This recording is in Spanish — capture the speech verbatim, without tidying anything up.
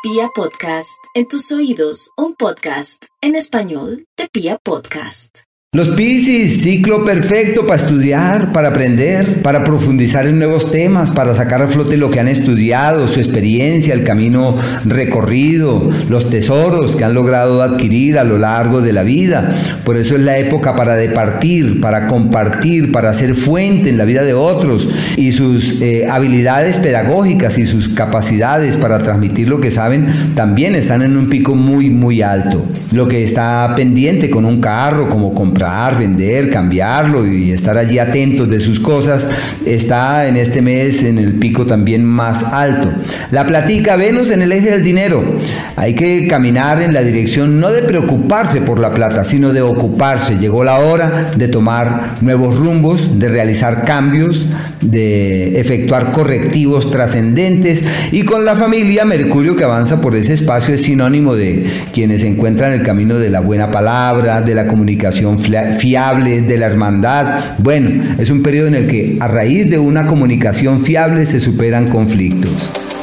Pia Podcast, en tus oídos, un podcast en español de Pia Podcast. Los Piscis, ciclo perfecto para estudiar, para aprender, para profundizar en nuevos temas, para sacar a flote lo que han estudiado, su experiencia, el camino recorrido, los tesoros que han logrado adquirir a lo largo de la vida. Por eso es la época para departir, para compartir, para ser fuente en la vida de otros, y sus eh, habilidades pedagógicas y sus capacidades para transmitir lo que saben también están en un pico muy muy alto. Lo que está pendiente con un carro, como comprar, vender, cambiarlo y estar allí atentos de sus cosas, está en este mes en el pico también más alto. La platica, Venus en el eje del dinero. Hay que caminar en la dirección no de preocuparse por la plata, sino de ocuparse. Llegó la hora de tomar nuevos rumbos, de realizar cambios, de efectuar correctivos trascendentes, y con la familia, Mercurio, que avanza por ese espacio, es sinónimo de quienes se encuentran en el camino de la buena palabra, de la comunicación fiable, de la hermandad. Bueno, es un periodo en el que a raíz de una comunicación fiable se superan conflictos.